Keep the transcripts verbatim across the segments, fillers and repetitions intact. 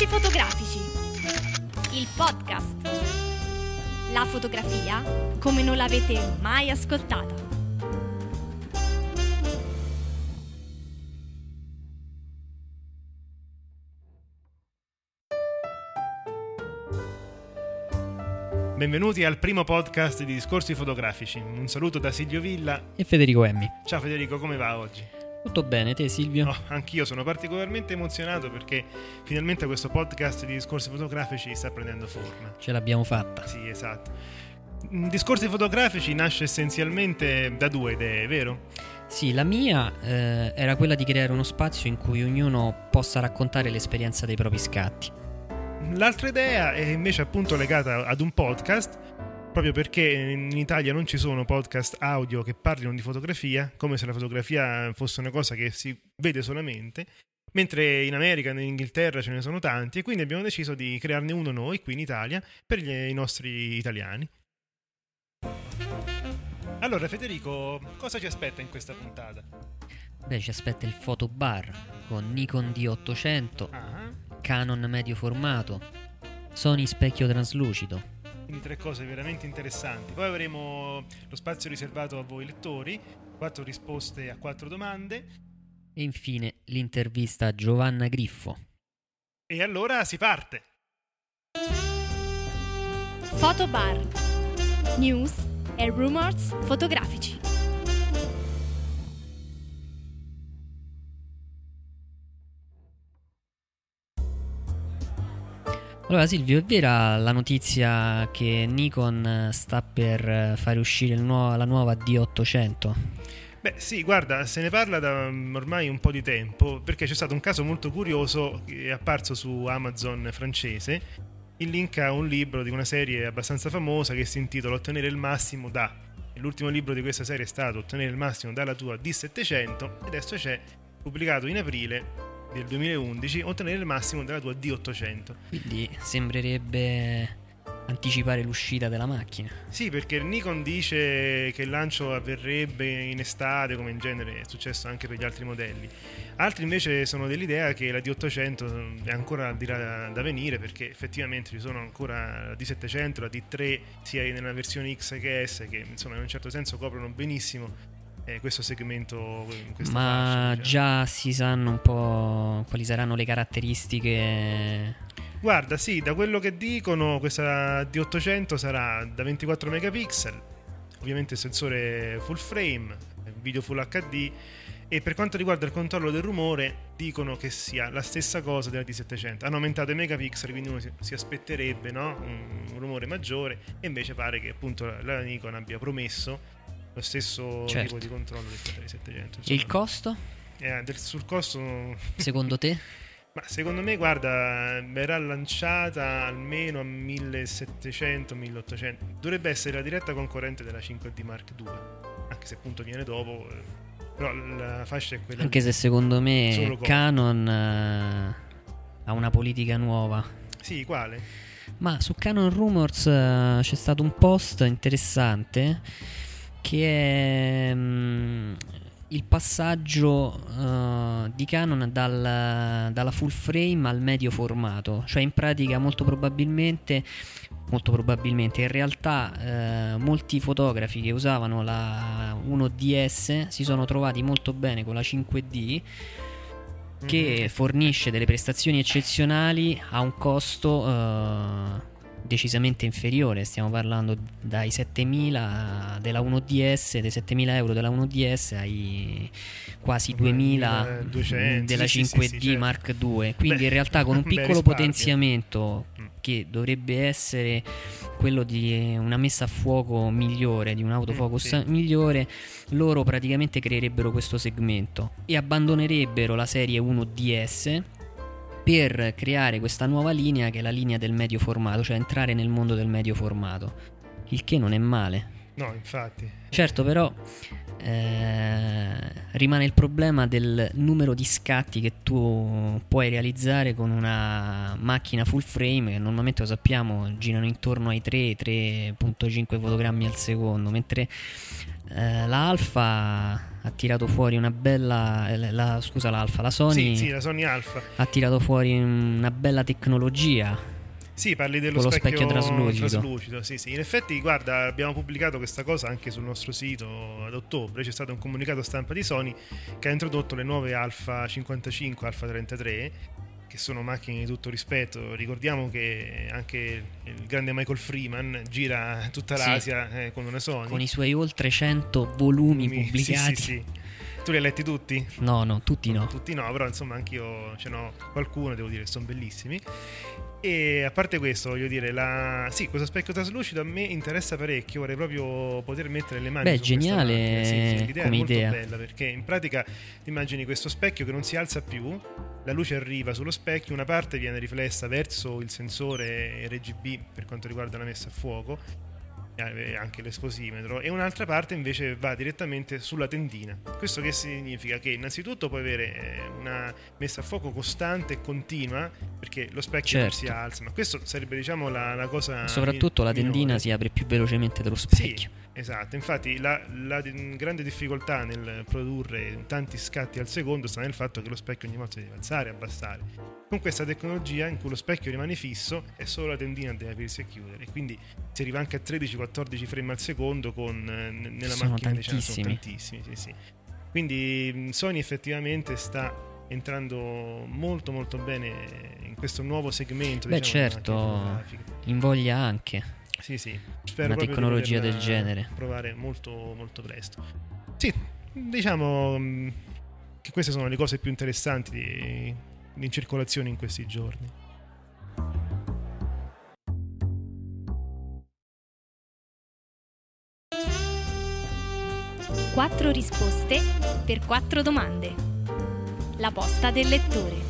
Discorsi fotografici, il podcast. La fotografia come non l'avete mai ascoltata. Benvenuti al primo podcast di Discorsi fotografici. Un saluto da Silvio Villa e Federico Emmi. Ciao Federico, come va oggi? Tutto bene, te Silvio? Oh, anch'io sono particolarmente emozionato perché finalmente questo podcast di Discorsi fotografici sta prendendo forma. Ce l'abbiamo fatta. Sì, esatto. Discorsi fotografici nasce essenzialmente da due idee, vero? Sì, la mia eh, era quella di creare uno spazio in cui ognuno possa raccontare l'esperienza dei propri scatti. L'altra idea è invece appunto legata ad un podcast, proprio perché in Italia non ci sono podcast audio che parlino di fotografia, come se la fotografia fosse una cosa che si vede solamente, mentre in America e in Inghilterra ce ne sono tanti, e quindi abbiamo deciso di crearne uno noi qui in Italia per gli, i nostri italiani. Allora Federico, cosa ci aspetta in questa puntata? Beh, ci aspetta il fotobar con Nikon D ottocento, Ah. Canon medio formato, Sony specchio traslucido. Quindi tre cose veramente interessanti. Poi avremo lo spazio riservato a voi lettori, quattro risposte a quattro domande. E infine l'intervista a Giovanna Griffo. E allora si parte! Fotobar. News e rumors fotografici. Allora Silvio, è vera la notizia che Nikon sta per fare uscire il nuovo, la nuova D ottocento? Beh sì, guarda, se ne parla da ormai un po' di tempo, perché c'è stato un caso molto curioso che è apparso su Amazon francese, il link a un libro di una serie abbastanza famosa che si intitola Ottenere il massimo da. L'ultimo libro di questa serie è stato Ottenere il massimo dalla tua D settecento e adesso c'è, pubblicato in aprile del duemilaundici, Ottenere il massimo della tua D ottocento. Quindi sembrerebbe anticipare l'uscita della macchina. Sì, perché Nikon dice che il lancio avverrebbe in estate, come in genere è successo anche per gli altri modelli. Altri invece sono dell'idea che la D ottocento è ancora di là da venire, perché effettivamente ci sono ancora la D settecento, la D tre, sia nella versione X che S, che insomma in un certo senso coprono benissimo eh, questo segmento, questa Ma fascia, diciamo. Già si sanno un po' quali saranno le caratteristiche? Guarda, sì, da quello che dicono questa D ottocento sarà da ventiquattro megapixel, ovviamente sensore full frame, video full H D, e per quanto riguarda il controllo del rumore dicono che sia la stessa cosa della D settecento. Hanno aumentato i megapixel, quindi uno si, si aspetterebbe, no? un, un rumore maggiore, e invece pare che appunto la, la Nikon abbia promesso lo stesso certo. tipo di controllo rispetto alla D settecento. E il costo? Eh, del, sul costo Secondo te? Ma secondo me, guarda, verrà lanciata almeno a millesettecento milleottocento. Dovrebbe essere la diretta concorrente della cinque D Mark due, anche se appunto viene dopo, però la fascia è quella. Anche lì. se secondo me Solo Canon eh, ha una politica nuova. Sì, quale? Ma su Canon Rumors eh, c'è stato un post interessante che è mh, il passaggio uh, di Canon dal, dalla full frame al medio formato. Cioè in pratica molto probabilmente molto probabilmente in realtà uh, molti fotografi che usavano la uno D S si sono trovati molto bene con la cinque D, che mm-hmm. fornisce delle prestazioni eccezionali a un costo uh, decisamente inferiore. Stiamo parlando dai settemila della uno D S, dei settemila euro della uno D S ai quasi duemila della sì, cinque D sì, sì, certo. Mark due. Quindi Beh, in realtà con un piccolo risparmio. potenziamento che dovrebbe essere quello di una messa a fuoco migliore, di un autofocus mm, sì. migliore, loro praticamente creerebbero questo segmento e abbandonerebbero la serie uno D S per creare questa nuova linea, che è la linea del medio formato, cioè entrare nel mondo del medio formato, il che non è male. No, infatti. Certo, però eh, rimane il problema del numero di scatti che tu puoi realizzare con una macchina full frame, che normalmente lo sappiamo girano intorno ai tre tre virgola cinque fotogrammi al secondo, mentre eh, la Alpha ha tirato fuori una bella eh, la, scusa l'Alpha la Sony, sì, sì, la Sony Alpha ha tirato fuori una bella tecnologia. Sì, parli dello con lo specchio, specchio traslucido. traslucido. Sì, sì. In effetti, guarda, abbiamo pubblicato questa cosa anche sul nostro sito ad ottobre. C'è stato un comunicato stampa di Sony che ha introdotto le nuove Alpha cinquantacinque, Alpha trentatré, che sono macchine di tutto rispetto. Ricordiamo che anche il grande Michael Freeman gira tutta l'Asia sì. eh, con una Sony. Con i suoi oltre cento volumi Mi, pubblicati. Sì, sì, sì. Tu li hai letti tutti? No, no, tutti no. Tutti no, però insomma anch'io ce n'ho qualcuno, devo dire, sono bellissimi. E a parte questo, voglio dire, la... sì, questo specchio traslucido a me interessa parecchio. Vorrei proprio poter mettere le mani Beh, su geniale questa macchina. Sì, sì, l'idea come è molto idea. bella, perché in pratica ti immagini questo specchio che non si alza più, la luce arriva sullo specchio, una parte viene riflessa verso il sensore R G B per quanto riguarda la messa a fuoco, anche l'esposimetro, e un'altra parte invece va direttamente sulla tendina. Questo che significa? Che innanzitutto puoi avere una messa a fuoco costante e continua, perché lo specchio certo. non si alza, ma questo sarebbe, diciamo, la, la cosa soprattutto min- la tendina minore. Si apre più velocemente dello specchio. Sì, esatto. Infatti la, la grande difficoltà nel produrre tanti scatti al secondo sta nel fatto che lo specchio ogni volta deve alzare e abbassare. Con questa tecnologia in cui lo specchio rimane fisso e solo la tendina deve aprirsi e chiudere, quindi si arriva anche a tredici quattordici frame al secondo con nella sono macchina, tantissimi. diciamo, sono tantissimi, sì, sì. Quindi Sony effettivamente sta entrando molto molto bene in questo nuovo segmento. Beh, diciamo, certo, invoglia anche. Sì, sì, spero una tecnologia del genere. Provare molto molto presto. Sì, diciamo che queste sono le cose più interessanti di, di in circolazione in questi giorni. Quattro risposte per quattro domande. La posta del lettore.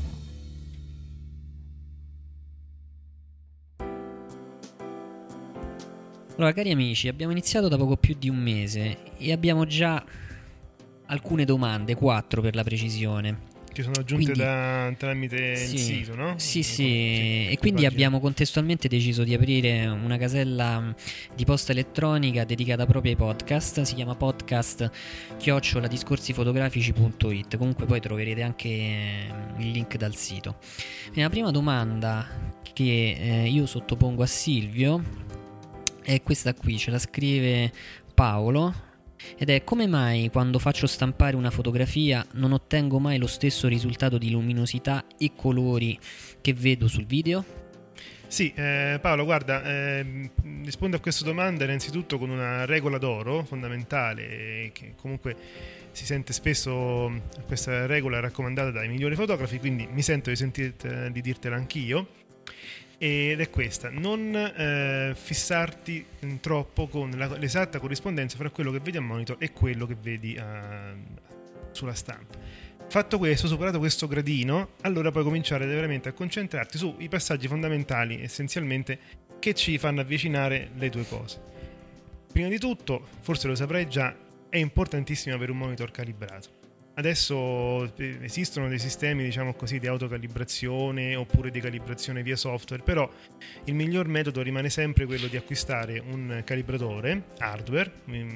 Allora, cari amici, abbiamo iniziato da poco più di un mese e abbiamo già alcune domande, quattro per la precisione. Che sono aggiunte quindi, da, tramite sì, il sito, no? Sì, sì, sì, e quindi pagina. abbiamo contestualmente deciso di aprire una casella di posta elettronica dedicata proprio ai podcast. Si chiama podcast chiocciola discorsifotografici punto it. Comunque poi troverete anche il link dal sito. E la prima domanda che eh, io sottopongo a Silvio è questa qui, ce la scrive Paolo. Ed è: come mai quando faccio stampare una fotografia non ottengo mai lo stesso risultato di luminosità e colori che vedo sul video? Sì, eh, Paolo, guarda, eh, rispondo a questa domanda innanzitutto con una regola d'oro fondamentale, che comunque si sente spesso questa regola raccomandata dai migliori fotografi, quindi mi sento di, sentir, di dirtela anch'io. Ed è questa: non eh, fissarti troppo con la, l'esatta corrispondenza fra quello che vedi a monitor e quello che vedi a, sulla stampa. Fatto questo, superato questo gradino, allora puoi cominciare veramente a concentrarti sui passaggi fondamentali, essenzialmente, che ci fanno avvicinare le due cose. Prima di tutto, forse lo saprai già, è importantissimo avere un monitor calibrato. Adesso esistono dei sistemi, diciamo così, di autocalibrazione oppure di calibrazione via software, però il miglior metodo rimane sempre quello di acquistare un calibratore hardware,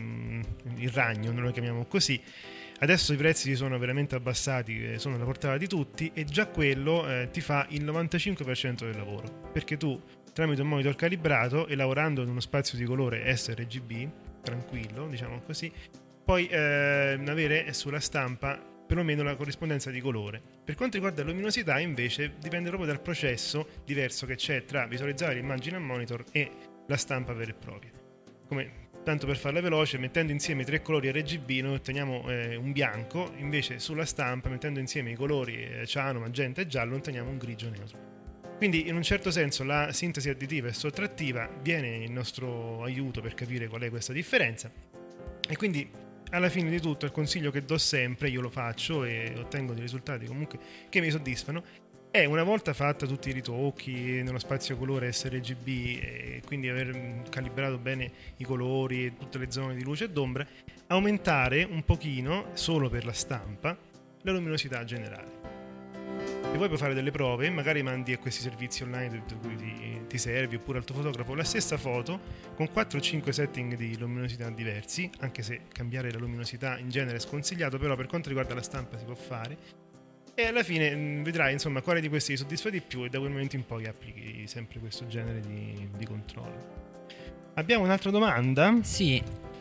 il ragno, noi lo chiamiamo così. Adesso i prezzi si sono veramente abbassati, sono alla portata di tutti, e già quello eh, ti fa il novantacinque per cento del lavoro, perché tu tramite un monitor calibrato e lavorando in uno spazio di colore sRGB, tranquillo, diciamo così, puoi eh, avere sulla stampa perlomeno la corrispondenza di colore. Per quanto riguarda la luminosità, invece, dipende proprio dal processo diverso che c'è tra visualizzare l'immagine a monitor e la stampa vera e propria. Come, tanto per farla veloce, mettendo insieme tre colori R G B noi otteniamo eh, un bianco, invece sulla stampa, mettendo insieme i colori eh, ciano, magenta e giallo, otteniamo un grigio neutro. Quindi in un certo senso la sintesi additiva e sottrattiva viene in nostro aiuto per capire qual è questa differenza, e quindi alla fine di tutto il consiglio che do sempre, io lo faccio e ottengo dei risultati comunque che mi soddisfano, è una volta fatta tutti i ritocchi nello spazio colore S R G B e quindi aver calibrato bene i colori e tutte le zone di luce e d'ombra, aumentare un pochino, solo per la stampa, la luminosità generale. E poi puoi fare delle prove, magari mandi a questi servizi online di cui ti, ti servi, oppure al tuo fotografo la stessa foto con quattro o cinque setting di luminosità diversi, anche se cambiare la luminosità in genere è sconsigliato, però per quanto riguarda la stampa si può fare, e alla fine mh, vedrai insomma quale di questi ti soddisfa di più, e da quel momento in poi applichi sempre questo genere di, di controllo. Abbiamo un'altra domanda? Sì.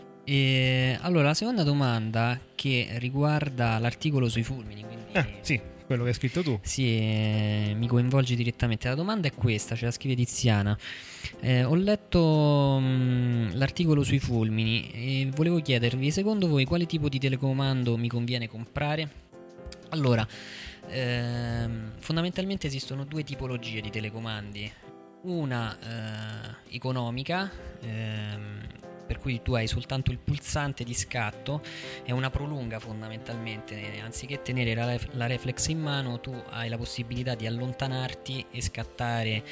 E allora la seconda domanda, che riguarda l'articolo sui fulmini, quindi Ah, sì, quello che hai scritto tu. Sì, eh, mi coinvolge direttamente. La domanda è questa, ce la scrive Tiziana. Eh, ho letto mh, l'articolo sui fulmini e volevo chiedervi, secondo voi quale tipo di telecomando mi conviene comprare? Allora, ehm, fondamentalmente esistono due tipologie di telecomandi. Una eh, economica, ehm, per cui tu hai soltanto il pulsante di scatto, è una prolunga fondamentalmente, anziché tenere la, ref- la reflex in mano tu hai la possibilità di allontanarti e scattare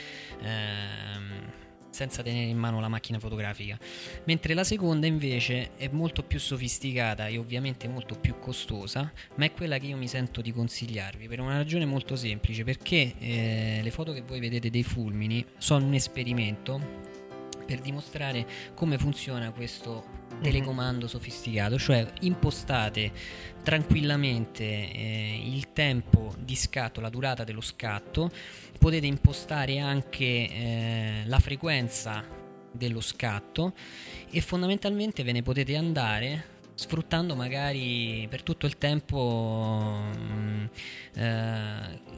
ehm, senza tenere in mano la macchina fotografica, mentre la seconda invece è molto più sofisticata e ovviamente molto più costosa, ma è quella che io mi sento di consigliarvi per una ragione molto semplice, perché eh, le foto che voi vedete dei fulmini sono un esperimento per dimostrare come funziona questo telecomando sofisticato, cioè impostate tranquillamente eh, il tempo di scatto, la durata dello scatto, potete impostare anche eh, la frequenza dello scatto e fondamentalmente ve ne potete andare sfruttando magari per tutto il tempo mh, eh,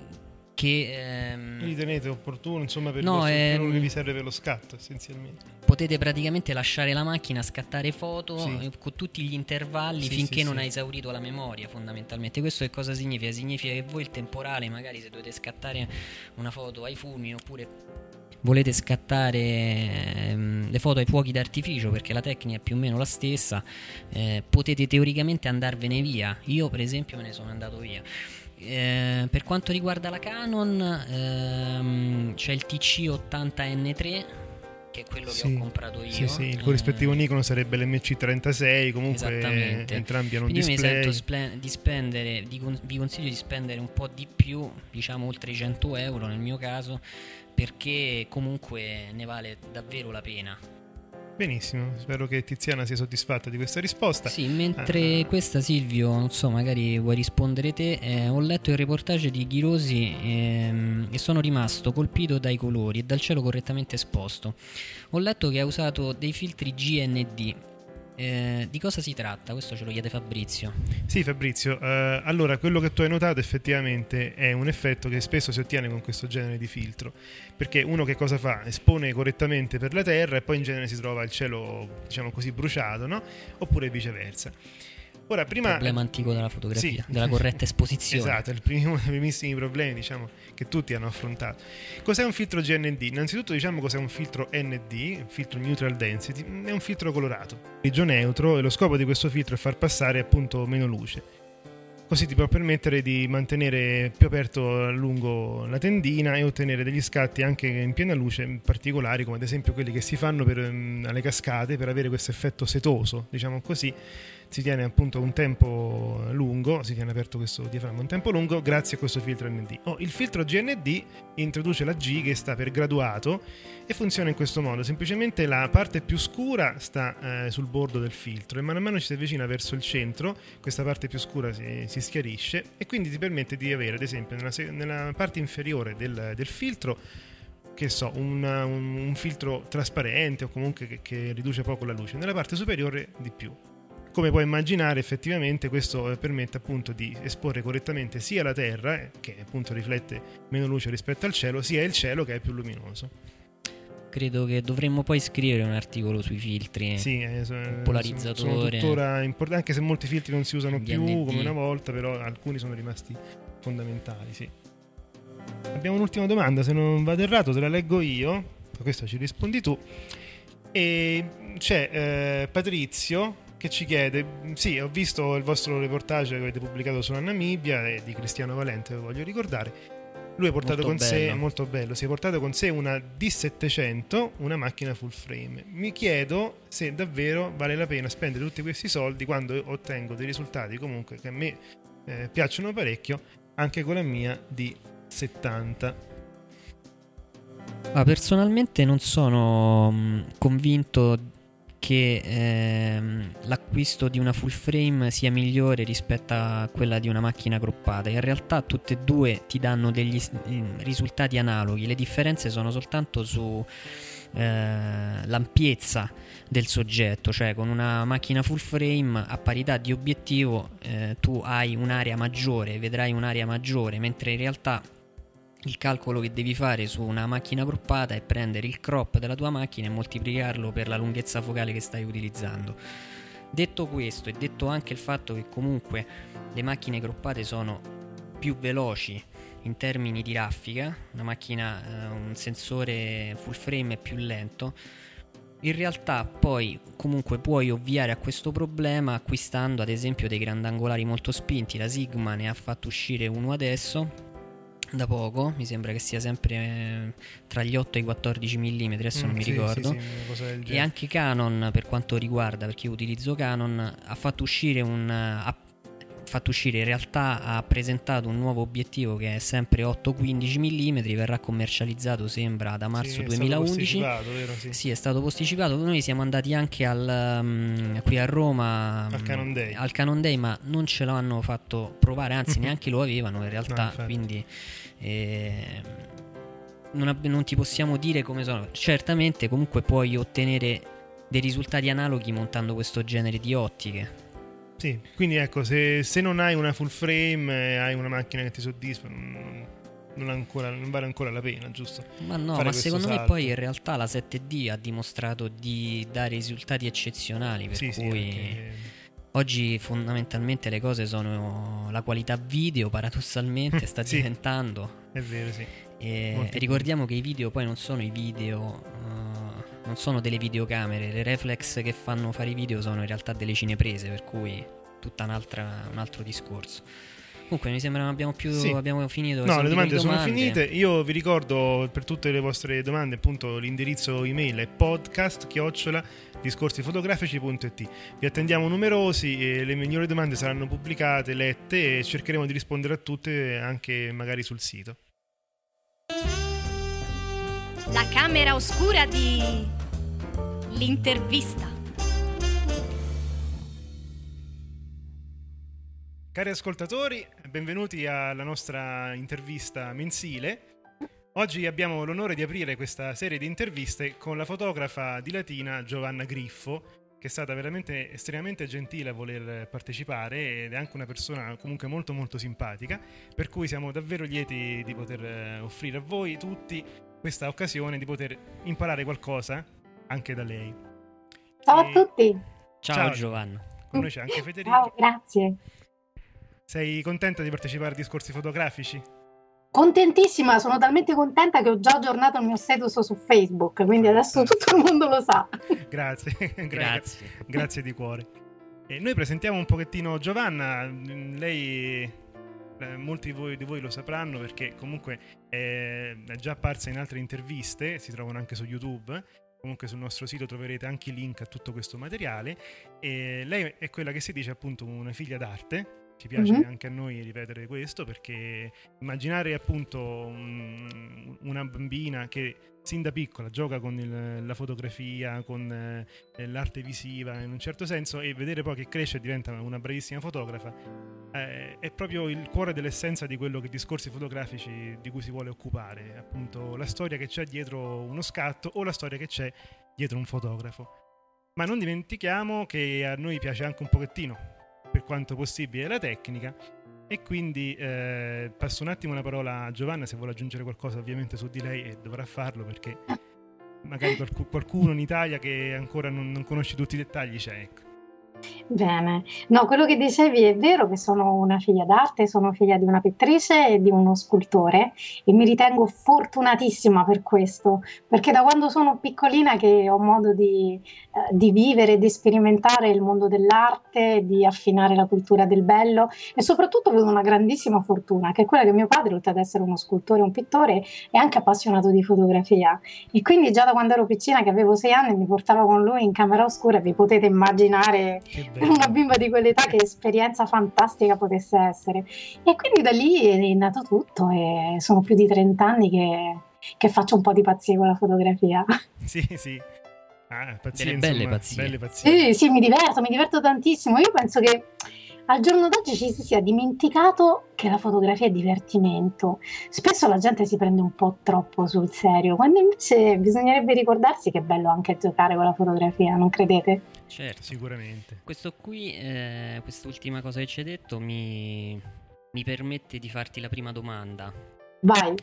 che ehm, ritenete opportuno, insomma, per, no, il vostro, per ehm, quello che vi serve per lo scatto essenzialmente. potete praticamente lasciare la macchina, scattare foto Sì. eh, con tutti gli intervalli Sì, finché sì, non sì. ha esaurito la memoria, fondamentalmente. Questo che cosa significa? Significa che voi il temporale, magari se dovete scattare una foto ai fulmini oppure volete scattare ehm, le foto ai fuochi d'artificio, perché la tecnica è più o meno la stessa, eh, potete teoricamente andarvene via. Io per esempio me ne sono andato via. Eh, per quanto riguarda la Canon, ehm, c'è il T C ottanta N tre, che è quello Sì, che ho comprato io. Sì, sì, il eh, corrispettivo Nikon sarebbe l'M C trentasei, comunque Esattamente. entrambi hanno un Quindi io mi display. sento splen- di spendere, di con- vi consiglio di spendere un po' di più, diciamo oltre i cento euro nel mio caso, perché comunque ne vale davvero la pena. Benissimo, spero che Tiziana sia soddisfatta di questa risposta. Sì, mentre Ah. questa, Silvio, non so, magari vuoi rispondere te. Eh, ho letto il reportage di Ghirosi ehm, e sono rimasto colpito dai colori e dal cielo correttamente esposto. Ho letto che ha usato dei filtri G N D. Eh, di cosa si tratta? Questo ce lo chiede Fabrizio. Sì, Fabrizio, eh, allora quello che tu hai notato effettivamente è un effetto che spesso si ottiene con questo genere di filtro, perché uno che cosa fa? Espone correttamente per la terra e poi in genere si trova il cielo, diciamo così, bruciato, no? Oppure viceversa. Ora, prima... Problema antico della fotografia, Sì. della corretta esposizione. Esatto, è il primo, uno dei primissimi problemi, diciamo, che tutti hanno affrontato. Cos'è un filtro G N D? Innanzitutto diciamo cos'è un filtro N D, un filtro Neutral Density. È un filtro colorato, grigio neutro, e lo scopo di questo filtro è far passare appunto meno luce. Così ti può permettere di mantenere più aperto a lungo la tendina e ottenere degli scatti anche in piena luce particolari, come ad esempio quelli che si fanno per, um, alle cascate, per avere questo effetto setoso, diciamo così. Si tiene appunto un tempo lungo, si tiene aperto questo diaframma un tempo lungo grazie a questo filtro N D. Oh, il filtro G N D introduce la G, che sta per graduato, e funziona in questo modo: semplicemente la parte più scura sta eh, sul bordo del filtro e man mano ci si avvicina verso il centro, questa parte più scura si, si schiarisce e quindi ti permette di avere, ad esempio, nella, nella parte inferiore del, del filtro, che so, un, un, un filtro trasparente o comunque che, che riduce poco la luce, nella parte superiore di più. Come puoi immaginare, effettivamente questo permette appunto di esporre correttamente sia la terra, eh, che appunto riflette meno luce rispetto al cielo, sia il cielo, che è più luminoso. Credo che dovremmo poi scrivere un articolo sui filtri. Sì, eh, so, polarizzatore. sono tuttora importanti, anche se molti filtri non si usano più G N D. come una volta, però alcuni sono rimasti fondamentali, sì. Abbiamo un'ultima domanda, se non vado errato te la leggo io, questa ci rispondi tu. E c'è eh, Patrizio che ci chiede: sì, ho visto il vostro reportage che avete pubblicato sulla Namibia, e di Cristiano Valente, lo voglio ricordare, lui ha portato Molto con bello. sé, molto bello, si è portato con sé una D settecento, una macchina full frame. Mi chiedo se davvero vale la pena spendere tutti questi soldi quando ottengo dei risultati comunque che a me eh, piacciono parecchio, anche con la mia D settanta. Ma personalmente non sono mh, convinto che ehm, l'acquisto di una full frame sia migliore rispetto a quella di una macchina croppata. In realtà tutte e due ti danno degli s- risultati analoghi, le differenze sono soltanto su eh, l'ampiezza del soggetto, cioè con una macchina full frame a parità di obiettivo eh, tu hai un'area maggiore, vedrai un'area maggiore, mentre in realtà il calcolo che devi fare su una macchina croppata è prendere il crop della tua macchina e moltiplicarlo per la lunghezza focale che stai utilizzando. Detto questo e detto anche il fatto che comunque le macchine croppate sono più veloci in termini di raffica, una macchina, eh, un sensore full frame è più lento, in realtà poi comunque puoi ovviare a questo problema acquistando ad esempio dei grandangolari molto spinti. La Sigma ne ha fatto uscire uno adesso da poco, mi sembra che sia sempre eh, tra gli otto e i quattordici millimetri, adesso Mm, non mi sì, ricordo. sì, sì, una cosa del E genere. anche Canon, per quanto riguarda, perché io utilizzo Canon, ha fatto uscire un ha fatto uscire in realtà ha presentato un nuovo obiettivo che è sempre otto quindici millimetri, verrà commercializzato sembra da marzo Sì, è stato duemilaundici. posticipato, vero? Sì. Sì, è stato posticipato. Noi siamo andati anche al, um, qui a Roma Al um, Canon Day. al Canon Day, ma non ce l'hanno fatto provare, anzi neanche lo avevano in realtà, No, infatti. quindi eh, non, ab- non ti possiamo dire come sono. Certamente comunque puoi ottenere dei risultati analoghi montando questo genere di ottiche. Sì, quindi ecco, se, se non hai una full frame e hai una macchina che ti soddisfa, non, non, ancora, non vale ancora la pena, giusto? Ma no, Fare ma questo secondo me salto. poi in realtà la sette D ha dimostrato di dare risultati eccezionali, per Sì, sì, cui anche- oggi fondamentalmente le cose sono la qualità video, paradossalmente sta Sì. diventando. è vero, sì. E Molti ricordiamo che i video poi non sono i video, eh, non sono delle videocamere, le reflex che fanno fare i video sono in realtà delle cineprese, per cui tutta un'altra, un altro discorso. Comunque mi sembra che abbiamo più Sì. abbiamo finito. No, le domande, sono domande. finite. Io vi ricordo per tutte le vostre domande, appunto, l'indirizzo email è podcast chiocciola discorsifotografici punto it. Vi attendiamo numerosi e le migliori domande saranno pubblicate, lette e cercheremo di rispondere a tutte anche magari sul sito. La camera oscura di l'intervista. Cari ascoltatori, benvenuti alla nostra intervista mensile. Oggi abbiamo l'onore di aprire questa serie di interviste con la fotografa di Latina Giovanna Griffo, che è stata veramente estremamente gentile a voler partecipare ed è anche una persona comunque molto molto simpatica, per cui siamo davvero lieti di poter offrire a voi tutti questa occasione di poter imparare qualcosa anche da lei. Ciao E- a tutti. Ciao, Ciao. Giovanna. Con noi c'è anche Federico. Ciao, grazie. Sei contenta di partecipare a discorsi fotografici? Contentissima, sono talmente contenta che ho già aggiornato il mio status su Facebook, quindi adesso tutto il mondo lo sa. Grazie, gra- Grazie. grazie di cuore. E noi presentiamo un pochettino Giovanna. Lei, eh, molti di voi, di voi lo sapranno perché comunque è già apparsa in altre interviste, si trovano anche su YouTube. Comunque sul nostro sito troverete anche i link a tutto questo materiale. E lei è quella che si dice appunto una figlia d'arte. Ci piace Mhm. anche a noi ripetere questo perché immaginare appunto un- una bambina che sin da piccola gioca con il- la fotografia, con eh, l'arte visiva in un certo senso e vedere poi che cresce e diventa una bravissima fotografa eh, è proprio il cuore dell'essenza di quello che discorsi fotografici di cui si vuole occupare, appunto la storia che c'è dietro uno scatto o la storia che c'è dietro un fotografo. Ma non dimentichiamo che a noi piace anche un pochettino, per quanto possibile, la tecnica e quindi eh, passo un attimo la parola a Giovanna se vuole aggiungere qualcosa ovviamente su di lei e dovrà farlo perché magari qualcu- qualcuno in Italia che ancora non, non conosce tutti i dettagli c'è, ecco. Bene, no, quello che dicevi è vero che sono una figlia d'arte, sono figlia di una pittrice e di uno scultore e mi ritengo fortunatissima per questo, perché da quando sono piccolina che ho modo di, eh, di vivere, di sperimentare il mondo dell'arte, di affinare la cultura del bello e soprattutto ho avuto una grandissima fortuna, che è quella che mio padre, oltre ad essere uno scultore e un pittore, è anche appassionato di fotografia e quindi già da quando ero piccina, che avevo sei anni, mi portava con lui in camera oscura e vi potete immaginare per una bimba di quell'età che esperienza fantastica potesse essere. E quindi da lì è nato tutto e sono più di trenta anni che, che faccio un po' di pazzia con la fotografia. Sì, sì. Ah, pazzia, Delle insomma, belle pazzie. belle pazzie. Sì, sì, mi diverto, mi diverto tantissimo. Io penso che al giorno d'oggi ci si sia dimenticato che la fotografia è divertimento. Spesso la gente si prende un po' troppo sul serio, quando invece bisognerebbe ricordarsi che è bello anche giocare con la fotografia, non credete? Certo, Sicuramente. Questo qui, eh, quest'ultima cosa che ci hai detto mi, mi permette di farti la prima domanda. Vai.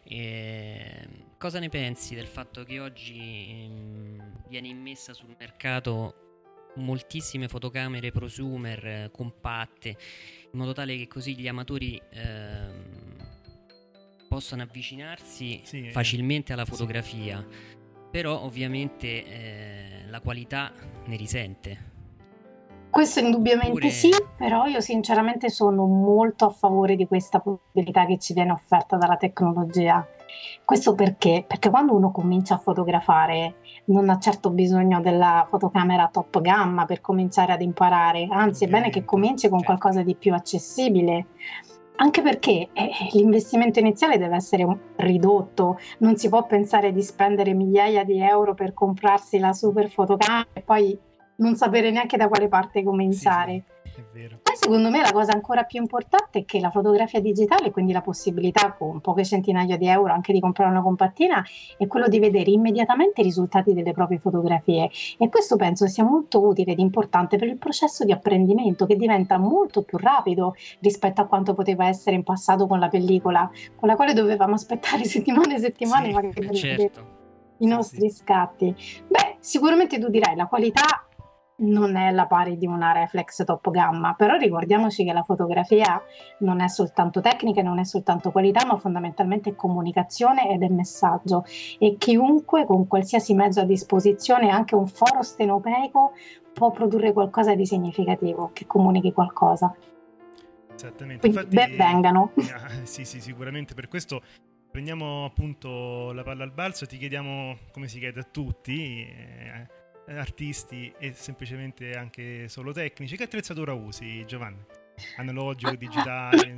Eh, cosa ne pensi del fatto che oggi ehm, viene immessa sul mercato moltissime fotocamere prosumer eh, compatte, in modo tale che così gli amatori ehm, possano avvicinarsi Sì, facilmente alla sì. fotografia, però ovviamente eh, la qualità ne risente. Questo indubbiamente Oppure- sì, però io sinceramente sono molto a favore di questa possibilità che ci viene offerta dalla tecnologia. Questo perché? Perché quando uno comincia a fotografare non ha certo bisogno della fotocamera top gamma per cominciare ad imparare, anzi è bene che Ovviamente, cominci con certo. qualcosa di più accessibile. Anche perché eh, l'investimento iniziale deve essere un- ridotto, non si può pensare di spendere migliaia di euro per comprarsi la super fotocamera e poi non sapere neanche da quale parte cominciare. Sì, sì, è vero. Poi secondo me la cosa ancora più importante è che la fotografia digitale, quindi la possibilità con poche centinaia di euro anche di comprare una compattina, è quello di vedere immediatamente i risultati delle proprie fotografie e questo penso sia molto utile ed importante per il processo di apprendimento che diventa molto più rapido rispetto a quanto poteva essere in passato con la pellicola, con la quale dovevamo aspettare settimane e settimane Sì, magari Eh, per vedere certo. i Sì, nostri sì. scatti. Beh, sicuramente tu dirai la qualità non è la pari di una reflex top gamma, però ricordiamoci che la fotografia non è soltanto tecnica, non è soltanto qualità, ma fondamentalmente è comunicazione ed è messaggio e chiunque con qualsiasi mezzo a disposizione, anche un foro stenopeico, può produrre qualcosa di significativo, che comunichi qualcosa. Esattamente. Quindi Infatti, ben vengano. ah, sì, sì, sicuramente. Per questo prendiamo appunto la palla al balzo e ti chiediamo, come si chiede a tutti, eh, artisti e semplicemente anche solo tecnici, che attrezzatura usi, Giovanni? Analogico, digitale?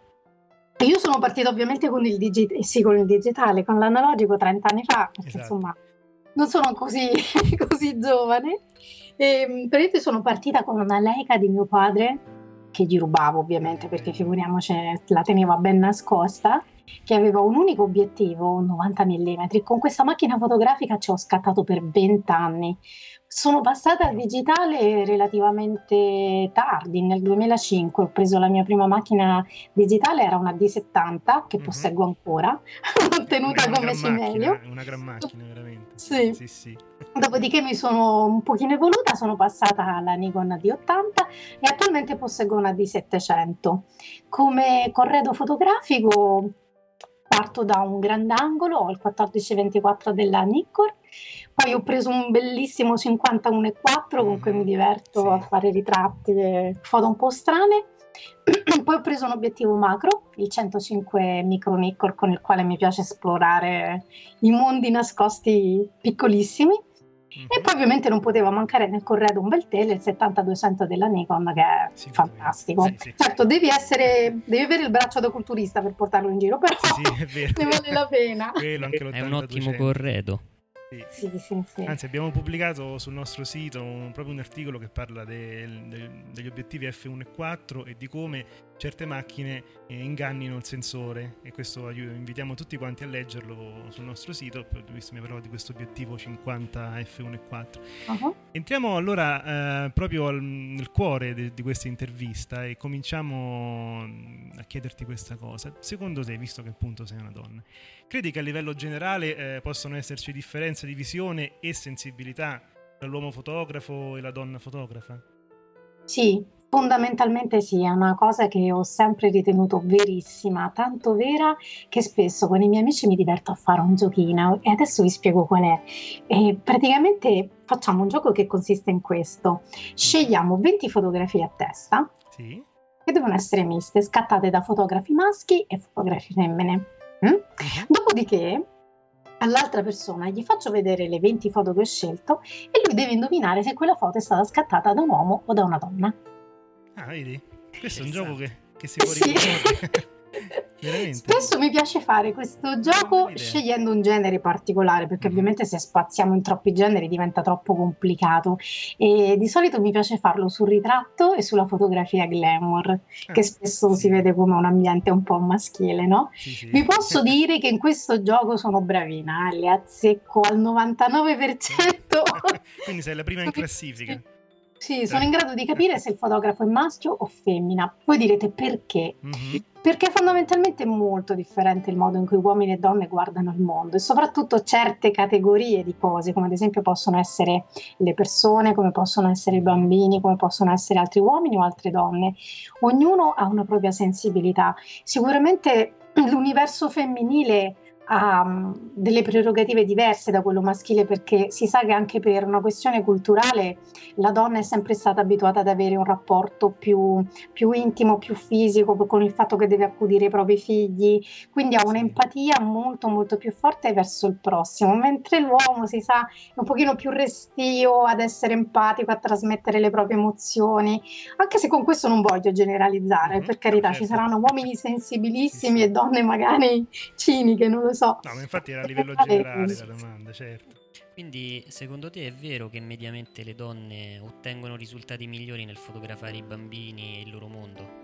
Io sono partita ovviamente con il, digi- sì, con il digitale, con l'analogico trenta anni fa, perché Esatto. insomma non sono così, così giovane. E, praticamente sono partita con una Leica di mio padre, che gli rubavo ovviamente, perché figuriamoci la teneva ben nascosta, che aveva un unico obiettivo, un novanta millimetri. Con questa macchina fotografica ci ho scattato per venti anni. Sono passata al digitale relativamente tardi, nel duemilacinque ho preso la mia prima macchina digitale, era una D settanta che Mhm. posseggo ancora, l'ho tenuta Una come gran si meglio. macchina, una gran macchina, veramente. Sì. Sì, sì. Dopodiché mi sono un pochino evoluta, sono passata alla Nikon D ottanta e attualmente posseggo una D settecento. Come corredo fotografico parto da un grandangolo, ho il quattordici ventiquattro della Nikon, poi ho preso un bellissimo cinquanta uno e quattro con cui mi diverto Sì. a fare ritratti e foto un po' strane. Poi ho preso un obiettivo macro, il centocinque micro Nikkor, con il quale mi piace esplorare i mondi nascosti piccolissimi. Mhm. E poi ovviamente non poteva mancare nel corredo un bel tele, il settanta duecento della Nikon, che è Sicuramente. fantastico. Sì, sì. Certo, devi essere, devi avere il braccio da culturista per portarlo in giro, però Sì, sì, è vero. ne vale la pena. Quello, anche È un l'ottanta ottimo duecento. corredo. Sì. Sì, sì, sì. Anzi, abbiamo pubblicato sul nostro sito un, proprio un articolo che parla del- del- degli obiettivi effe uno e quattro e di come certe macchine eh, ingannino il sensore, e questo aiu- invitiamo tutti quanti a leggerlo sul nostro sito, visto mi parlavo di questo obiettivo cinquanta effe uno e quattro. Uh-huh. Entriamo allora eh, proprio al- nel cuore de- di questa intervista e cominciamo mm, a chiederti questa cosa. Secondo te, visto che appunto sei una donna, credi che a livello generale eh, possono esserci differenze di visione e sensibilità tra l'uomo fotografo e la donna fotografa? Sì, fondamentalmente sì, è una cosa che ho sempre ritenuto verissima, tanto vera che spesso con i miei amici mi diverto a fare un giochino e adesso vi spiego qual è. E praticamente facciamo un gioco che consiste in questo: scegliamo venti fotografie a testa Sì. che devono essere miste, scattate da fotografi maschi e fotografi femmine. Mm? Mhm. Dopodiché all'altra persona gli faccio vedere le venti foto che ho scelto e lui deve indovinare se quella foto è stata scattata da un uomo o da una donna. Ah, vedi? Questo è un gioco che, che si Eh può sì. riproporre. Veramente. Spesso mi piace fare questo gioco bella idea. scegliendo un genere particolare, perché Mhm. ovviamente se spaziamo in troppi generi diventa troppo complicato, e di solito mi piace farlo sul ritratto e sulla fotografia glamour, Ah, che spesso sì. si vede come un ambiente un po' maschile, no? Sì, sì. Vi posso dire che in questo gioco sono bravina, eh, le azzecco al novantanove per cento. Quindi sei la prima in classifica. Sì, sono in grado di capire se il fotografo è maschio o femmina. Voi direte perché? Mhm. Perché fondamentalmente è molto differente il modo in cui uomini e donne guardano il mondo, e soprattutto certe categorie di cose, come ad esempio possono essere le persone, come possono essere i bambini, come possono essere altri uomini o altre donne. Ognuno ha una propria sensibilità. Sicuramente l'universo femminile ha um, delle prerogative diverse da quello maschile, perché si sa che anche per una questione culturale la donna è sempre stata abituata ad avere un rapporto più, più intimo, più fisico, con il fatto che deve accudire i propri figli, quindi ha Sì. un'empatia molto molto più forte verso il prossimo, mentre l'uomo, si sa, è un pochino più restio ad essere empatico, a trasmettere le proprie emozioni, anche se con questo non voglio generalizzare, Mhm. per carità, No, ci certo. saranno uomini sensibilissimi Sì, sì. e donne magari ciniche, non lo so. No, ma infatti era a livello Eh, generale la domanda, certo. Quindi, secondo te è vero che mediamente le donne ottengono risultati migliori nel fotografare i bambini e il loro mondo?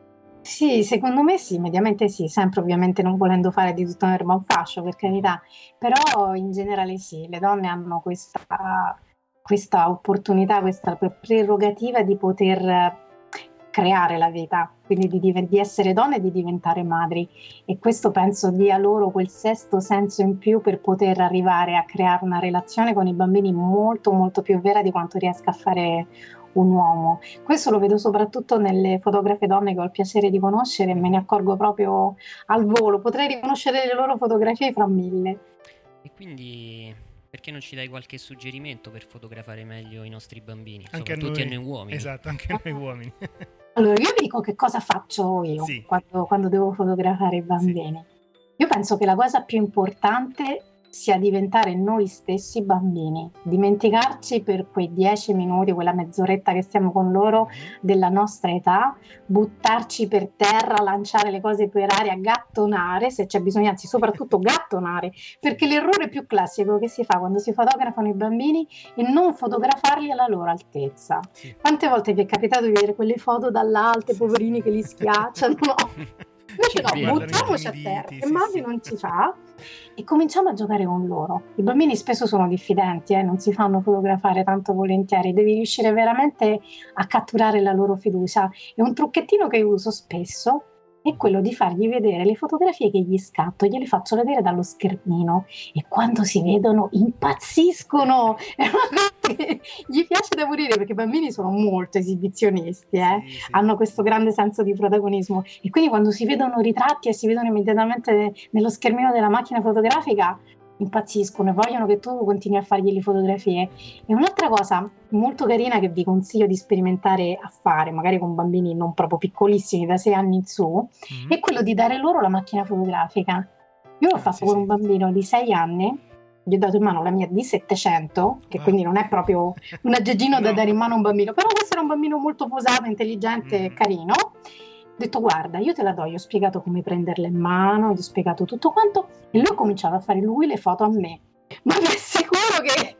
Sì, secondo me sì, mediamente sì, sempre ovviamente non volendo fare di tutto un'erba un fascio, per carità, però in generale sì, le donne hanno questa, questa opportunità, questa prerogativa di poter creare la vita, quindi di, div- di essere donne e di diventare madri, e questo penso dia loro quel sesto senso in più per poter arrivare a creare una relazione con i bambini molto molto più vera di quanto riesca a fare un uomo. Questo lo vedo soprattutto nelle fotografe donne che ho il piacere di conoscere e me ne accorgo proprio al volo. Potrei riconoscere le loro fotografie fra mille. E quindi perché non ci dai qualche suggerimento per fotografare meglio i nostri bambini, Anche a soprattutto a noi, noi uomini? esatto, anche a noi uomini. Allora, io vi dico che cosa faccio io Sì. quando, quando devo fotografare i bambini. Io penso che la cosa più importante sia diventare noi stessi bambini, dimenticarci per quei dieci minuti, quella mezz'oretta che stiamo con loro della nostra età, buttarci per terra, lanciare le cose per aria, gattonare se c'è bisogno, anzi soprattutto gattonare, perché l'errore più classico che si fa quando si fotografano i bambini è non fotografarli alla loro altezza. Sì. Quante volte vi è capitato di vedere quelle foto dall'alto, i Sì, poverini sì. che li schiacciano? No. Invece no, Guardano buttiamoci a intimiditi, terra, sì, che male sì. non ci fa, e cominciamo a giocare con loro. I bambini spesso sono diffidenti, eh, non si fanno fotografare tanto volentieri, devi riuscire veramente a catturare la loro fiducia. E un trucchettino che io uso spesso è quello di fargli vedere le fotografie che gli scatto, gliele faccio vedere dallo schermino, e quando si vedono impazziscono. È una cosa che gli piace da morire, perché i bambini sono molto esibizionisti, eh? Sì, sì. Hanno questo grande senso di protagonismo, e quindi quando si vedono ritratti e si vedono immediatamente nello schermino della macchina fotografica impazziscono e vogliono che tu continui a fargli le fotografie. E un'altra cosa molto carina che vi consiglio di sperimentare a fare, magari con bambini non proprio piccolissimi, da sei anni in su, Mhm. è quello di dare loro la macchina fotografica. Io l'ho Ah, fatto sì, con sì. un bambino di sei anni, gli ho dato in mano la mia di settecento, che Wow. quindi non è proprio un aggeggino da No. dare in mano a un bambino, però questo era un bambino molto posato, intelligente e Mhm. carino. Ho detto: guarda, io te la do, gli ho spiegato come prenderla in mano, gli ho spiegato tutto quanto, e lui ha cominciato a fare lui le foto a me. Ma vi assicuro che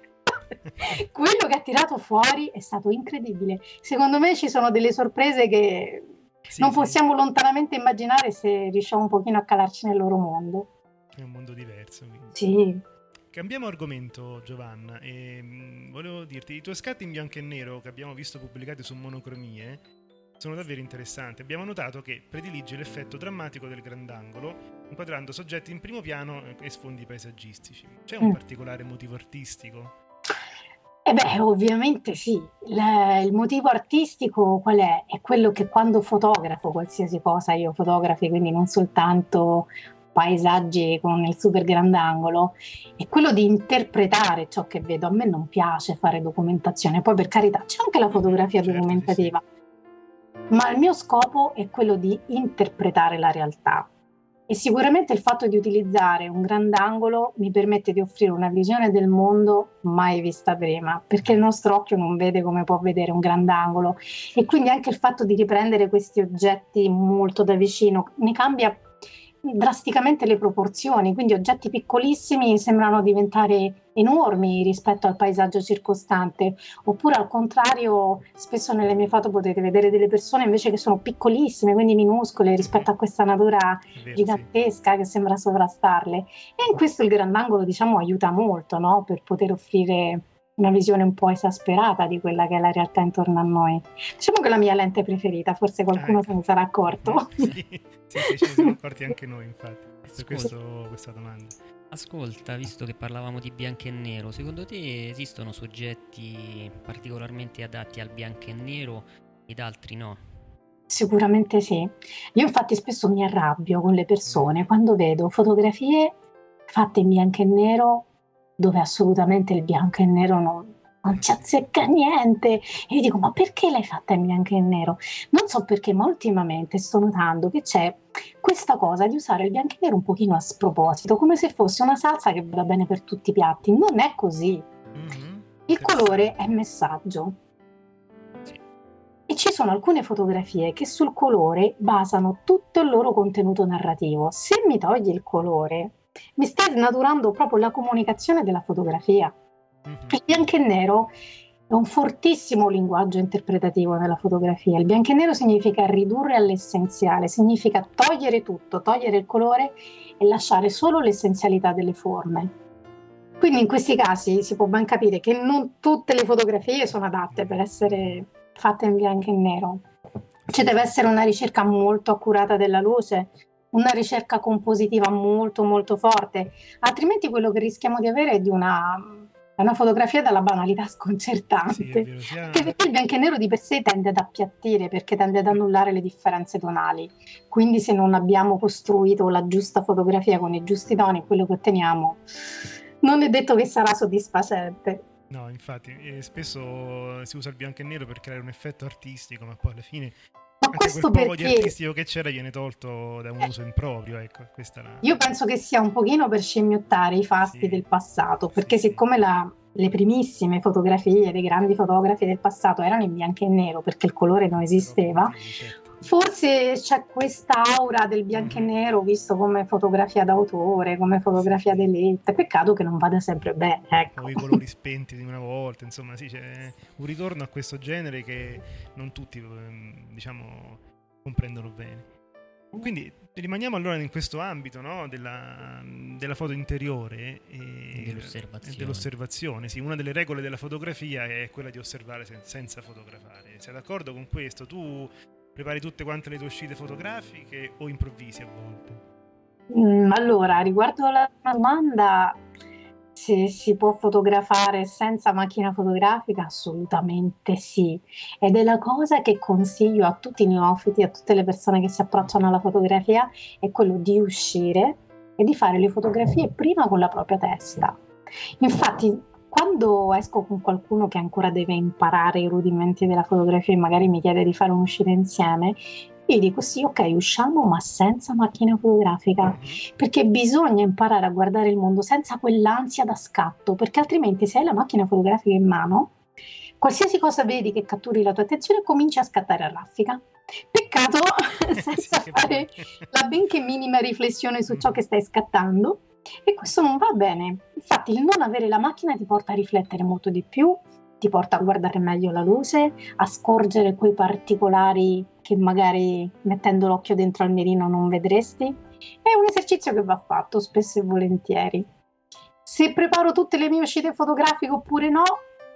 quello che ha tirato fuori è stato incredibile. Secondo me ci sono delle sorprese che Sì, non sì. possiamo lontanamente immaginare se riusciamo un pochino a calarci nel loro mondo. È un mondo diverso. Quindi. Sì. Cambiamo argomento, Giovanna. E, mh, volevo dirti, i tuoi scatti in bianco e nero che abbiamo visto pubblicati su Monocromie sono davvero interessanti. Abbiamo notato che prediligi l'effetto drammatico del grandangolo, inquadrando soggetti in primo piano e sfondi paesaggistici. C'è un Mm. particolare motivo artistico? E Eh beh, ovviamente sì. Il, il motivo artistico qual è? È quello che quando fotografo qualsiasi cosa, io fotografi, quindi non soltanto paesaggi con il super grandangolo, è quello di interpretare ciò che vedo. A me non piace fare documentazione, poi per carità c'è anche la fotografia Certo, documentativa, sì, ma il mio scopo è quello di interpretare la realtà. E sicuramente il fatto di utilizzare un grandangolo mi permette di offrire una visione del mondo mai vista prima, perché il nostro occhio non vede come può vedere un grandangolo, e quindi anche il fatto di riprendere questi oggetti molto da vicino ne cambia drasticamente le proporzioni, quindi oggetti piccolissimi sembrano diventare enormi rispetto al paesaggio circostante, oppure al contrario, spesso nelle mie foto potete vedere delle persone invece che sono piccolissime, quindi minuscole rispetto a questa natura vero, gigantesca, sì, che sembra sovrastarle. E in questo il grandangolo, diciamo, aiuta molto, no? Per poter offrire una visione un po' esasperata di quella che è la realtà intorno a noi. Diciamo che è la mia lente preferita, forse qualcuno ah, se ne sarà accorto. sì, sì, sì, ce ne siamo accorti anche noi, infatti, per Ascolta. questo, questa domanda. Ascolta, visto che parlavamo di bianco e nero, secondo te esistono soggetti particolarmente adatti al bianco e nero ed altri no? Sicuramente sì. Io infatti spesso mi arrabbio con le persone quando vedo fotografie fatte in bianco e nero dove assolutamente il bianco e nero non, non ci azzecca niente. E io dico, ma perché l'hai fatta in bianco e nero? Non so perché, ma ultimamente sto notando che c'è questa cosa di usare il bianco e nero un pochino a sproposito, come se fosse una salsa che va bene per tutti i piatti. Non è così. Mm-hmm. Il colore è messaggio. E ci sono alcune fotografie che sul colore basano tutto il loro contenuto narrativo. Se mi togli il colore, mi stai snaturando proprio la comunicazione della fotografia. Mm-hmm. Il bianco e nero è un fortissimo linguaggio interpretativo nella fotografia. Il bianco e nero significa ridurre all'essenziale, significa togliere tutto, togliere il colore e lasciare solo l'essenzialità delle forme. Quindi in questi casi si può ben capire che non tutte le fotografie sono adatte per essere fatte in bianco e nero. Ci deve essere una ricerca molto accurata della luce, una ricerca compositiva molto molto forte, altrimenti quello che rischiamo di avere è di una, una fotografia dalla banalità sconcertante. Sì, è vero, sia... Perché il bianco e nero di per sé tende ad appiattire, perché tende ad annullare le differenze tonali. Quindi se non abbiamo costruito la giusta fotografia con i giusti toni, quello che otteniamo non è detto che sarà soddisfacente. No, infatti, eh, spesso si usa il bianco e nero per creare un effetto artistico, ma poi alla fine ma anche questo quel poco perché... di artistico che c'era viene tolto da un uso improprio, ecco, questa è la... Io penso che sia un pochino per scimmiottare i fasti sì. del passato, perché sì, siccome la, le primissime fotografie dei grandi fotografi del passato erano in bianco e nero, perché il colore non esisteva, certo. Forse c'è questa aura del bianco mm-hmm. e nero visto come fotografia d'autore, come fotografia d'elite. Peccato che non vada sempre bene, ecco. O i colori spenti di una volta, insomma, sì, c'è un ritorno a questo genere che non tutti, diciamo, comprendono bene. Quindi rimaniamo allora in questo ambito, no? della, della foto interiore e dell'osservazione. dell'osservazione. Sì, una delle regole della fotografia è quella di osservare sen- senza fotografare. Sei d'accordo con questo? Tu prepari tutte quante le tue uscite fotografiche o improvvisi a volte? Mm, allora, riguardo la domanda, se si può fotografare senza macchina fotografica, assolutamente sì. Ed è la cosa che consiglio a tutti i neofiti, a tutte le persone che si approcciano alla fotografia, è quello di uscire e di fare le fotografie prima con la propria testa. Infatti, quando esco con qualcuno che ancora deve imparare i rudimenti della fotografia e magari mi chiede di fare un'uscita insieme, io dico sì, ok, usciamo ma senza macchina fotografica, perché bisogna imparare a guardare il mondo senza quell'ansia da scatto, perché altrimenti se hai la macchina fotografica in mano, qualsiasi cosa vedi che catturi la tua attenzione comincia a scattare a raffica. Peccato senza sì, fare la benché minima riflessione su ciò che stai scattando. E questo non va bene. Infatti il non avere la macchina ti porta a riflettere molto di più, ti porta a guardare meglio la luce, a scorgere quei particolari che magari mettendo l'occhio dentro al mirino non vedresti. È un esercizio che va fatto spesso e volentieri. Se preparo tutte le mie uscite fotografiche oppure no,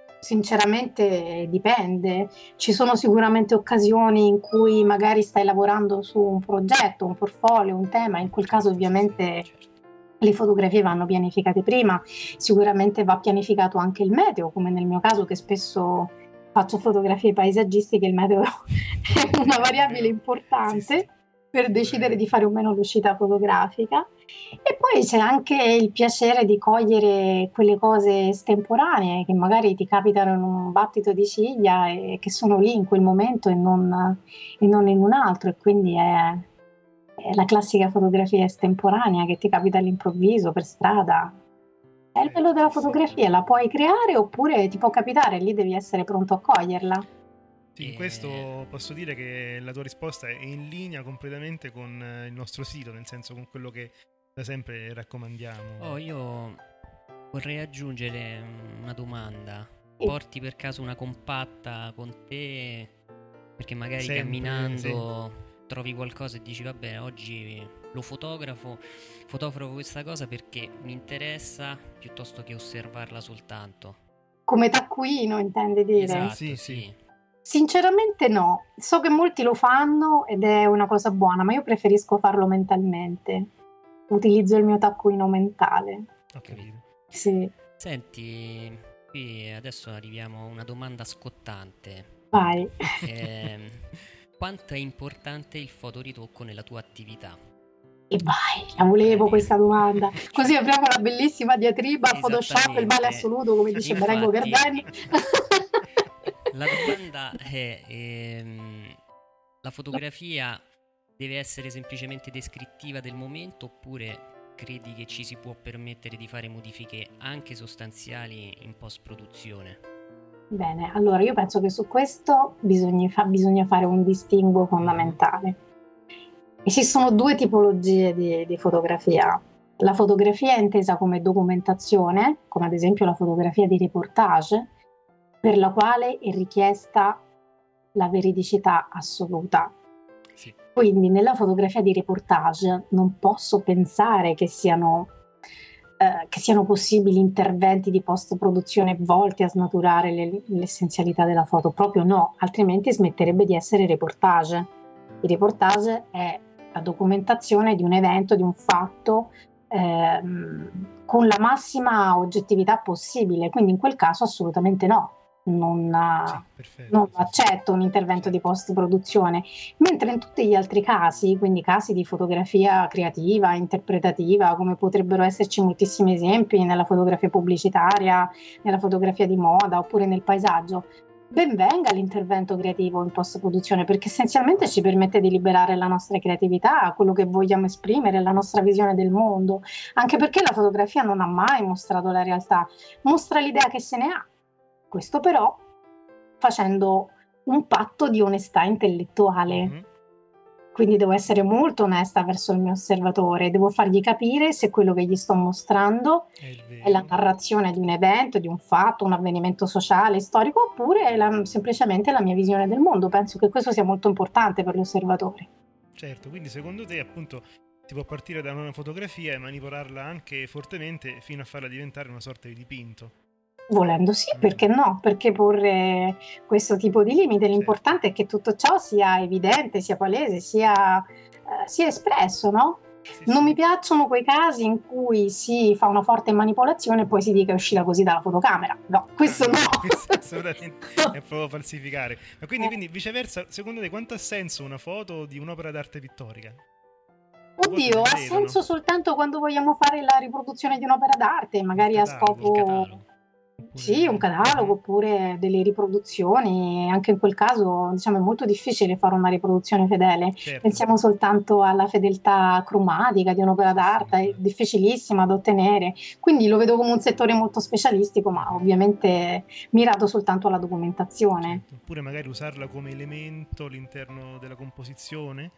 sinceramente dipende. Ci sono sicuramente occasioni in cui magari stai lavorando su un progetto, un portfolio, un tema, in quel caso ovviamente le fotografie vanno pianificate prima, sicuramente va pianificato anche il meteo, come nel mio caso che spesso faccio fotografie paesaggistiche, il meteo è una variabile importante Sì, sì. per decidere di fare o meno l'uscita fotografica. E poi c'è anche il piacere di cogliere quelle cose estemporanee che magari ti capitano in un battito di ciglia e che sono lì in quel momento e non, e non in un altro, e quindi è, è la classica fotografia estemporanea che ti capita all'improvviso per strada. È il bello della fotografia, la puoi creare oppure ti può capitare, lì devi essere pronto a coglierla. Sì, in questo posso dire che la tua risposta è in linea completamente con il nostro sito, nel senso con quello che da sempre raccomandiamo. Oh, io vorrei aggiungere una domanda. Sì. Porti per caso una compatta con te? Perché magari Sempre, camminando trovi qualcosa e dici va bene, oggi lo fotografo, fotografo questa cosa perché mi interessa piuttosto che osservarla soltanto. Come taccuino, intendi dire? Esatto, Sì, sì. sì. Sinceramente no, so che molti lo fanno ed è una cosa buona, ma io preferisco farlo mentalmente. Utilizzo il mio taccuino mentale. Ho capito. Sì, Senti, qui adesso arriviamo a una domanda scottante. vai. Ehm, quanto è importante il fotoritocco nella tua attività? E vai, la volevo questa domanda. Così apriamo la bellissima diatriba Photoshop, il male assoluto, come dice Infatti, Berengo Gardeni. La domanda è, ehm, la fotografia deve essere semplicemente descrittiva del momento oppure credi che ci si può permettere di fare modifiche anche sostanziali in post-produzione? Bene, allora io penso che su questo bisogna, fa- bisogna fare un distinguo fondamentale. Esistono due tipologie di, di fotografia. La fotografia è intesa come documentazione, come ad esempio la fotografia di reportage, per la quale è richiesta la veridicità assoluta. Sì. Quindi nella fotografia di reportage non posso pensare che siano, eh, che siano possibili interventi di post-produzione volti a snaturare le, l'essenzialità della foto, proprio no, altrimenti smetterebbe di essere reportage. Il reportage è la documentazione di un evento, di un fatto, ehm, con la massima oggettività possibile, quindi in quel caso assolutamente no. Non, Sì, perfetto, non sì, accetto un intervento sì. di post-produzione, mentre in tutti gli altri casi, quindi casi di fotografia creativa, interpretativa, come potrebbero esserci moltissimi esempi nella fotografia pubblicitaria, nella fotografia di moda oppure nel paesaggio, ben venga l'intervento creativo in post-produzione, perché essenzialmente ci permette di liberare la nostra creatività, quello che vogliamo esprimere, la nostra visione del mondo, anche perché la fotografia non ha mai mostrato la realtà, mostra l'idea che se ne ha. Questo però facendo un patto di onestà intellettuale. Mhm. Quindi devo essere molto onesta verso il mio osservatore, devo fargli capire se quello che gli sto mostrando È il vero. è la narrazione di un evento, di un fatto, un avvenimento sociale, storico, oppure è la- semplicemente la mia visione del mondo. Penso che questo sia molto importante per l'osservatore. Certo, quindi secondo te appunto si può partire da una fotografia e manipolarla anche fortemente fino a farla diventare una sorta di dipinto. Volendo sì, perché no? Perché porre questo tipo di limite? L'importante è che tutto ciò sia evidente, sia palese, sia, eh, sia espresso, no? Sì, Non sì. mi piacciono quei casi in cui si fa una forte manipolazione e poi si dice che è uscita così dalla fotocamera. No, questo Ah, no. questo assolutamente è proprio falsificare. Ma quindi, Eh. quindi viceversa, secondo te quanto ha senso una foto di un'opera d'arte pittorica? Oddio, ha si vedono. senso soltanto quando vogliamo fare la riproduzione di un'opera d'arte, magari a catalogo, scopo... Il catalogo. Oppure- Sì, un catalogo oppure delle riproduzioni, anche in quel caso diciamo è molto difficile fare una riproduzione fedele, Certo. pensiamo soltanto alla fedeltà cromatica di un'opera Sì, sì, d'arte, è infatti. difficilissima da ottenere, quindi lo vedo come un settore molto specialistico, ma ovviamente mirato soltanto alla documentazione. Certo. Oppure magari usarla come elemento all'interno della composizione.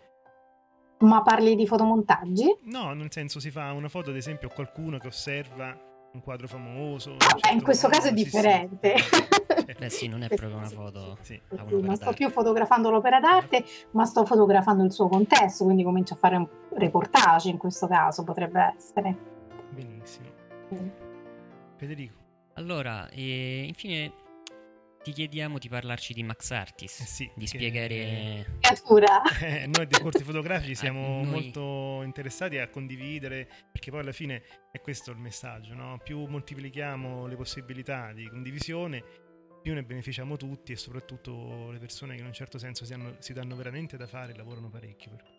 Ma parli di fotomontaggi? No, nel senso si fa una foto ad esempio a qualcuno che osserva un quadro famoso. Ah, beh, in questo caso è sì, differente. Sì. Certo. Beh sì, non è proprio una foto Sì. a Quindi un'opera non sto d'arte. più fotografando l'opera d'arte, ma sto fotografando il suo contesto, quindi comincio a fare un reportage in questo caso, potrebbe essere. Benissimo. Mm. Federico. Allora, e infine ti chiediamo di parlarci di Max Artis, Eh sì, di che- spiegare... Creatura. Eh, noi dei corsi fotografici siamo noi- molto interessati a condividere, perché poi alla fine è questo il messaggio, no? Più moltiplichiamo le possibilità di condivisione, più ne beneficiamo tutti, e soprattutto le persone che in un certo senso si, hanno- si danno veramente da fare, lavorano parecchio. Per...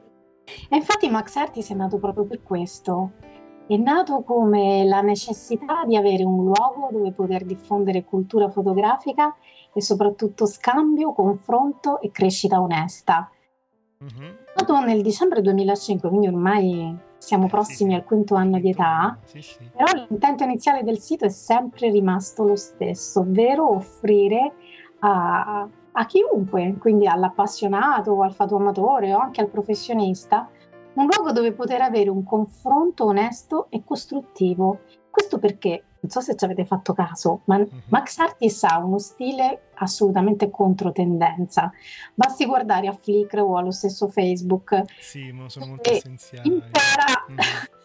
E infatti Max Artis è nato proprio per questo. È nato come la necessità di avere un luogo dove poter diffondere cultura fotografica e soprattutto scambio, confronto e crescita onesta. Mhm. È nato nel dicembre duemilacinque, quindi ormai siamo Eh, sì, prossimi sì. al quinto anno di Quinto età. anno, sì, sì. Però l'intento iniziale del sito è sempre rimasto lo stesso, ovvero offrire a, a chiunque, quindi all'appassionato, al fatuamatore o anche al professionista, un luogo dove poter avere un confronto onesto e costruttivo. Questo perché, non so se ci avete fatto caso, ma Mhm. Max Artis ha uno stile assolutamente controtendenza. Basti guardare a Flickr o allo stesso Facebook. Sì, ma sono molto e essenziali. impara Mhm.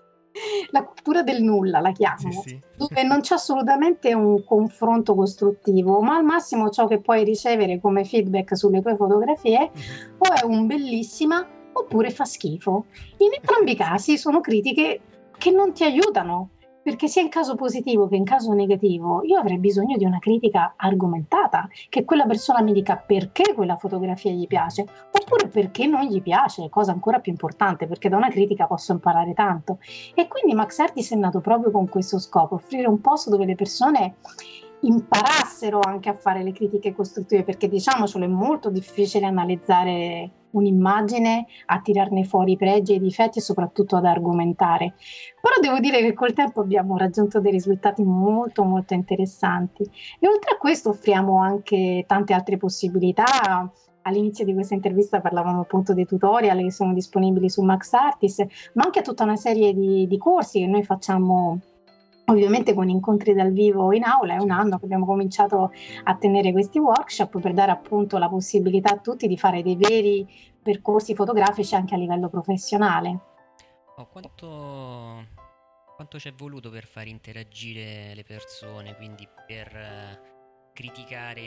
la cultura del nulla, la Sì, chiamo, sì. dove non c'è assolutamente un confronto costruttivo, ma al massimo ciò che puoi ricevere come feedback sulle tue fotografie Mhm. o è un bellissima oppure fa schifo. In entrambi i casi sono critiche che non ti aiutano, perché sia in caso positivo che in caso negativo io avrei bisogno di una critica argomentata, che quella persona mi dica perché quella fotografia gli piace, oppure perché non gli piace, cosa ancora più importante, perché da una critica posso imparare tanto. E quindi Max Artis è nato proprio con questo scopo, offrire un posto dove le persone imparassero anche a fare le critiche costruttive, perché diciamocelo, è molto difficile analizzare un'immagine, a tirarne fuori i pregi e i difetti e soprattutto ad argomentare. Però devo dire che col tempo abbiamo raggiunto dei risultati molto molto interessanti, e oltre a questo offriamo anche tante altre possibilità. All'inizio di questa intervista parlavamo appunto dei tutorial che sono disponibili su Max Artis, ma anche tutta una serie di, di corsi che noi facciamo ovviamente con incontri dal vivo in aula. È un Certo. anno che abbiamo cominciato a tenere questi workshop per dare appunto la possibilità a tutti di fare dei veri percorsi fotografici anche a livello professionale. Oh, quanto, quanto ci è voluto per far interagire le persone, quindi per eh, criticare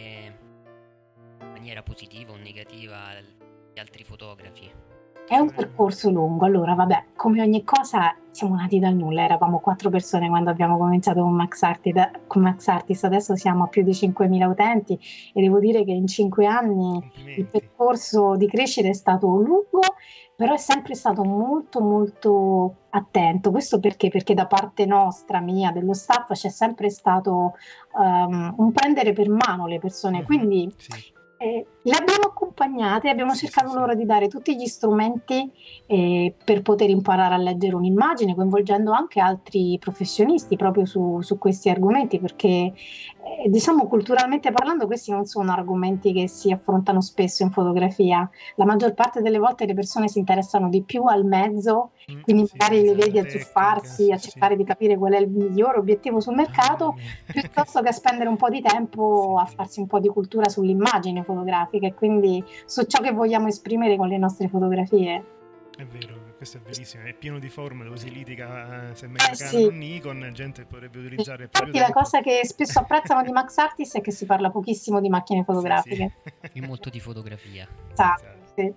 in maniera positiva o negativa gli altri fotografi? È un percorso lungo. Allora, vabbè, come ogni cosa siamo nati dal nulla, eravamo quattro persone quando abbiamo cominciato con Max Artis, con Max Artis. Adesso siamo a più di cinquemila utenti e devo dire che in cinque anni il Complimenti. percorso di crescita è stato lungo, però è sempre stato molto molto attento. Questo perché? Perché da parte nostra, mia, dello staff, c'è sempre stato um, un prendere per mano le persone, Mhm. quindi Sì. eh, le abbiamo accompagnate, abbiamo Sì, cercato sì, loro sì. di dare tutti gli strumenti eh, per poter imparare a leggere un'immagine, coinvolgendo anche altri professionisti proprio su, su questi argomenti, perché eh, diciamo culturalmente parlando questi non sono argomenti che si affrontano spesso in fotografia. La maggior parte delle volte le persone si interessano di più al mezzo, Mm, quindi sì, magari le esatto, vedi la azzuffarsi, tecnica, a sì, sì. cercare di capire qual è il migliore obiettivo sul mercato, Mamma mia. piuttosto che spendere un po' di tempo a Sì. farsi un po' di cultura sull'immagine fotografica e quindi su ciò che vogliamo esprimere con le nostre fotografie. È vero, questo è verissimo, è pieno di forum dove si litiga eh, se è meglio Eh, Canon sì. o Nikon, gente che potrebbe utilizzare il proprio Infatti la tempo. cosa che spesso apprezzano di Max Artis è che si parla pochissimo di macchine fotografiche. Sì, sì. E molto di fotografia. Esatto, sì.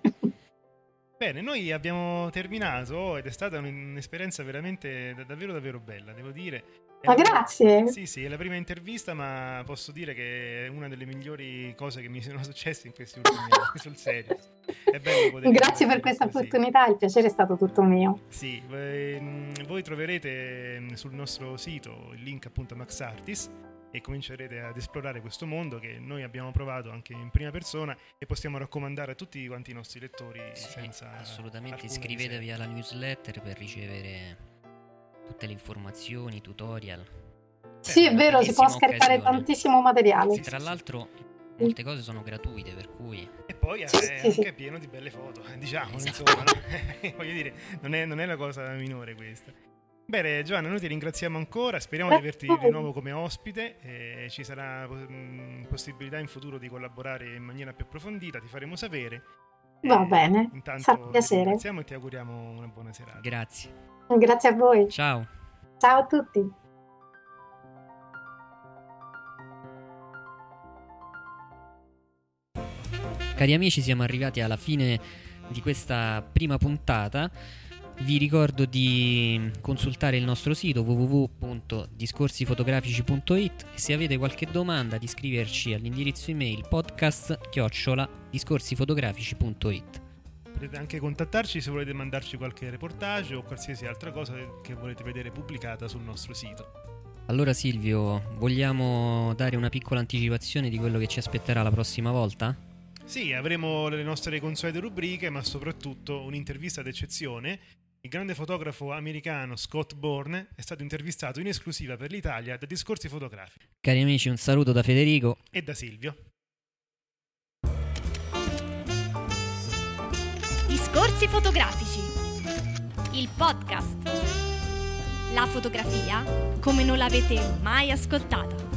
Bene, noi abbiamo terminato ed è stata un'esperienza veramente da- davvero davvero bella, devo dire. È Ma la- grazie. Sì, sì, è la prima intervista, ma posso dire che è una delle migliori cose che mi sono successe in questi ultimi anni, sul serio. È bello poter Grazie per interagire questa così. opportunità, il piacere è stato tutto mio. Sì, ehm, voi troverete ehm, sul nostro sito il link appunto a Max Artis e comincerete ad esplorare questo mondo che noi abbiamo provato anche in prima persona e possiamo raccomandare a tutti quanti i nostri lettori Sì, senza assolutamente, alcuna iscrivetevi riserva. alla newsletter per ricevere tutte le informazioni, tutorial. Sì, è una vero, si può bellissima scaricare occasione. tantissimo materiale. E tra l'altro molte cose sono gratuite, per cui E poi Sì, è sì, anche sì. pieno di belle foto, eh, diciamo, Esatto. insomma, no? Voglio dire, non è, non è la cosa minore questa. Bene, Giovanna, noi ti ringraziamo ancora, speriamo di averti Grazie a di voi. nuovo come ospite e ci sarà mh, possibilità in futuro di collaborare in maniera più approfondita, ti faremo sapere. Va E bene, Intanto sarà un ti piacere. ringraziamo e ti auguriamo una buona serata. grazie. Grazie a voi. Ciao. Ciao a tutti. Cari amici, siamo arrivati alla fine di questa prima puntata. Vi ricordo di consultare il nostro sito w w w punto discorsi fotografici punto i t e se avete qualche domanda di scriverci all'indirizzo email podcast chiocciola discorsi fotografici punto i t. Potete anche contattarci se volete mandarci qualche reportage o qualsiasi altra cosa che volete vedere pubblicata sul nostro sito. Allora Silvio, vogliamo dare una piccola anticipazione di quello che ci aspetterà la prossima volta? Sì, avremo le nostre consuete rubriche, ma soprattutto un'intervista d'eccezione. Il grande fotografo americano Scott Bourne è stato intervistato in esclusiva per l'Italia da Discorsi Fotografici. Cari amici, un saluto da Federico e da Silvio. Discorsi Fotografici, il podcast. La fotografia come non l'avete mai ascoltata.